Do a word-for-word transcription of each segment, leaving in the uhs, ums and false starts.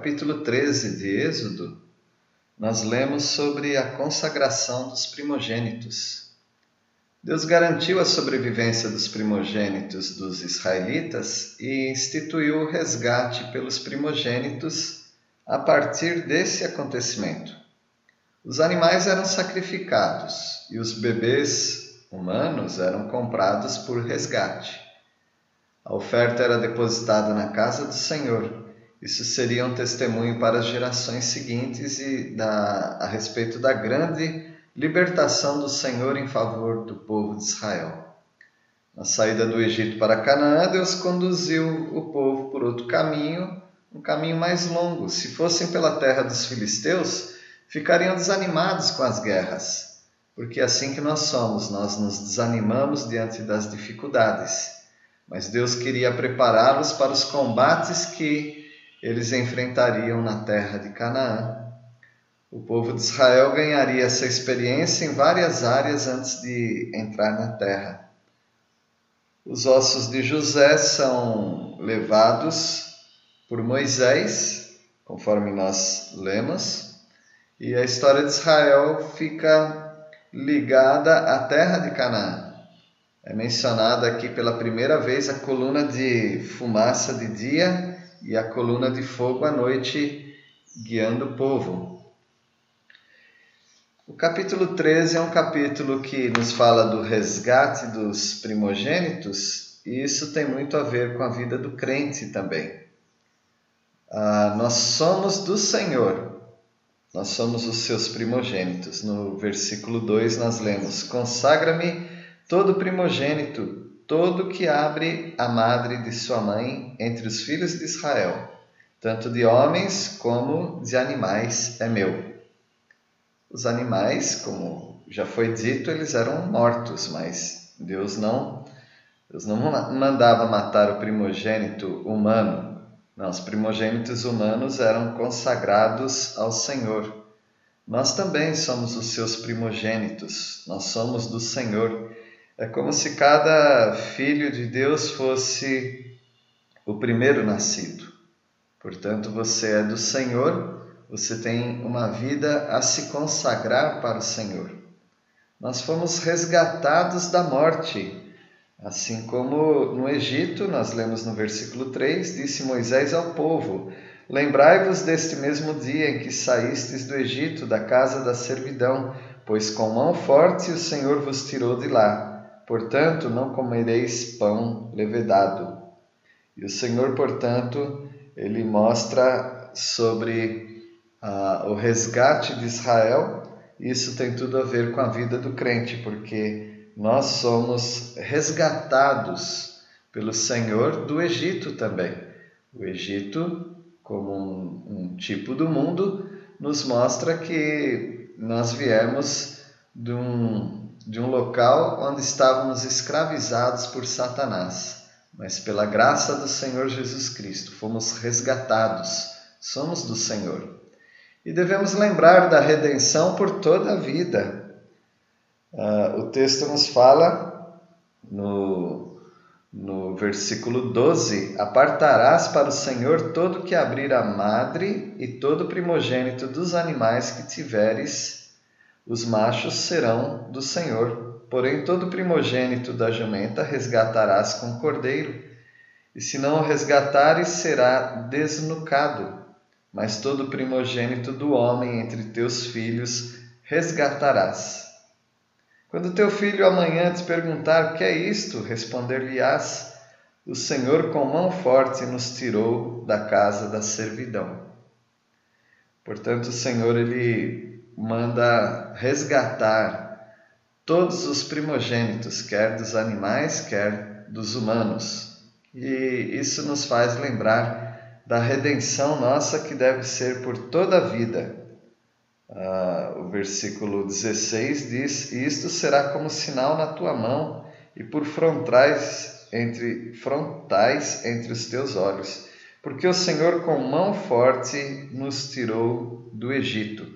capítulo treze de Êxodo, nós lemos sobre a consagração dos primogênitos. Deus garantiu a sobrevivência dos primogênitos dos israelitas e instituiu o resgate pelos primogênitos a partir desse acontecimento. Os animais eram sacrificados e os bebês humanos eram comprados por resgate. A oferta era depositada na casa do Senhor. Isso seria um testemunho para as gerações seguintes e da, a respeito da grande libertação do Senhor em favor do povo de Israel. Na saída do Egito para Canaã, Deus conduziu o povo por outro caminho, um caminho mais longo. Se fossem pela terra dos filisteus, ficariam desanimados com as guerras, porque é assim que nós somos, nós nos desanimamos diante das dificuldades. Mas Deus queria prepará-los para os combates que eles enfrentariam na terra de Canaã. O povo de Israel ganharia essa experiência em várias áreas antes de entrar na terra. Os ossos de José são levados por Moisés, conforme nós lemos, e a história de Israel fica ligada à terra de Canaã. É mencionada aqui pela primeira vez a coluna de fumaça de dia e a coluna de fogo à noite, guiando o povo. O capítulo treze é um capítulo que nos fala do resgate dos primogênitos, e isso tem muito a ver com a vida do crente também. Ah, nós somos do Senhor, nós somos os seus primogênitos. No versículo dois nós lemos: consagra-me todo primogênito, todo que abre a madre de sua mãe entre os filhos de Israel, tanto de homens como de animais é meu. Os animais, como já foi dito, eles eram mortos, mas Deus não, Deus não mandava matar o primogênito humano. Não, os primogênitos humanos eram consagrados ao Senhor. Nós também somos os seus primogênitos, nós somos do Senhor. É como se cada filho de Deus fosse o primeiro nascido. Portanto, você é do Senhor, você tem uma vida a se consagrar para o Senhor. Nós fomos resgatados da morte. Assim como no Egito, nós lemos no versículo três, disse Moisés ao povo: lembrai-vos deste mesmo dia em que saístes do Egito, da casa da servidão, pois com mão forte o Senhor vos tirou de lá. Portanto, não comereis pão levedado. E o Senhor, portanto, ele mostra sobre ah, o resgate de Israel. Isso tem tudo a ver com a vida do crente, porque nós somos resgatados pelo Senhor do Egito também. O Egito, como um, um tipo do mundo, nos mostra que nós viemos de um de um local onde estávamos escravizados por Satanás, mas pela graça do Senhor Jesus Cristo fomos resgatados, somos do Senhor. E devemos lembrar da redenção por toda a vida. Uh, o texto nos fala no, no versículo doze: apartarás para o Senhor todo que abrir a madre e todo primogênito dos animais que tiveres. Os machos serão do Senhor, porém todo primogênito da jumenta resgatarás com cordeiro, e se não o resgatares, será desnucado. Mas todo primogênito do homem entre teus filhos resgatarás. Quando teu filho amanhã te perguntar o que é isto, responder-lhe-ás: o Senhor com mão forte nos tirou da casa da servidão. Portanto, o Senhor, ele manda resgatar todos os primogênitos, quer dos animais, quer dos humanos. E isso nos faz lembrar da redenção nossa que deve ser por toda a vida. Ah, o versículo dezesseis diz: isto será como sinal na tua mão e por frontais entre, frontais entre os teus olhos, porque o Senhor com mão forte nos tirou do Egito.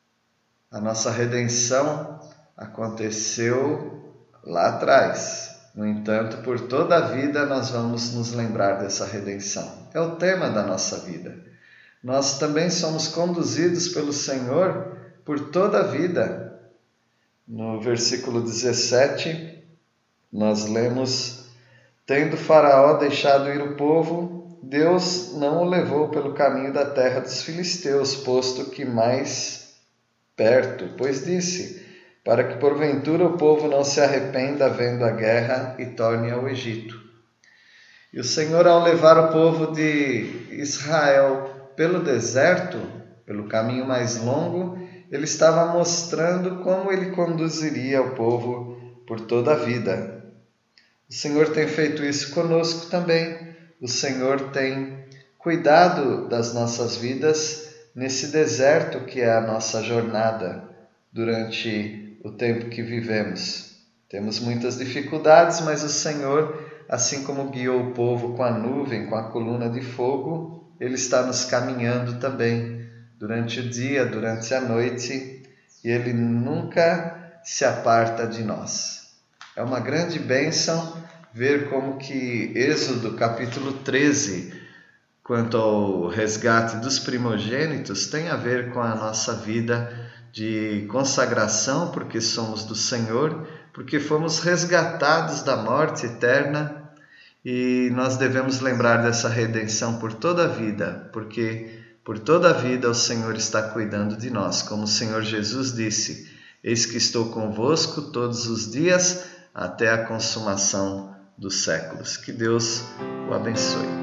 A nossa redenção aconteceu lá atrás, No entanto, por toda a vida nós vamos nos lembrar dessa redenção. É o tema da nossa vida. Nós também somos conduzidos pelo Senhor por toda a vida. No versículo dezessete, nós lemos: tendo Faraó deixado ir o povo, Deus não o levou pelo caminho da terra dos filisteus, posto que mais perto, pois disse: para que porventura o povo não se arrependa vendo a guerra e torne ao Egito. E o Senhor, ao levar o povo de Israel pelo deserto, pelo caminho mais longo, ele estava mostrando como ele conduziria o povo por toda a vida. O Senhor tem feito isso conosco também. O Senhor tem cuidado das nossas vidas nesse deserto que é a nossa jornada durante o tempo que vivemos. Temos muitas dificuldades, mas o Senhor, assim como guiou o povo com a nuvem, com a coluna de fogo, Ele está nos caminhando também durante o dia, durante a noite, e Ele nunca se aparta de nós. É uma grande bênção ver como que Êxodo capítulo treze, quanto ao resgate dos primogênitos, tem a ver com a nossa vida de consagração, porque somos do Senhor, porque fomos resgatados da morte eterna, e nós devemos lembrar dessa redenção por toda a vida, porque por toda a vida o Senhor está cuidando de nós. Como o Senhor Jesus disse: eis que estou convosco todos os dias até a consumação dos séculos. Que Deus o abençoe.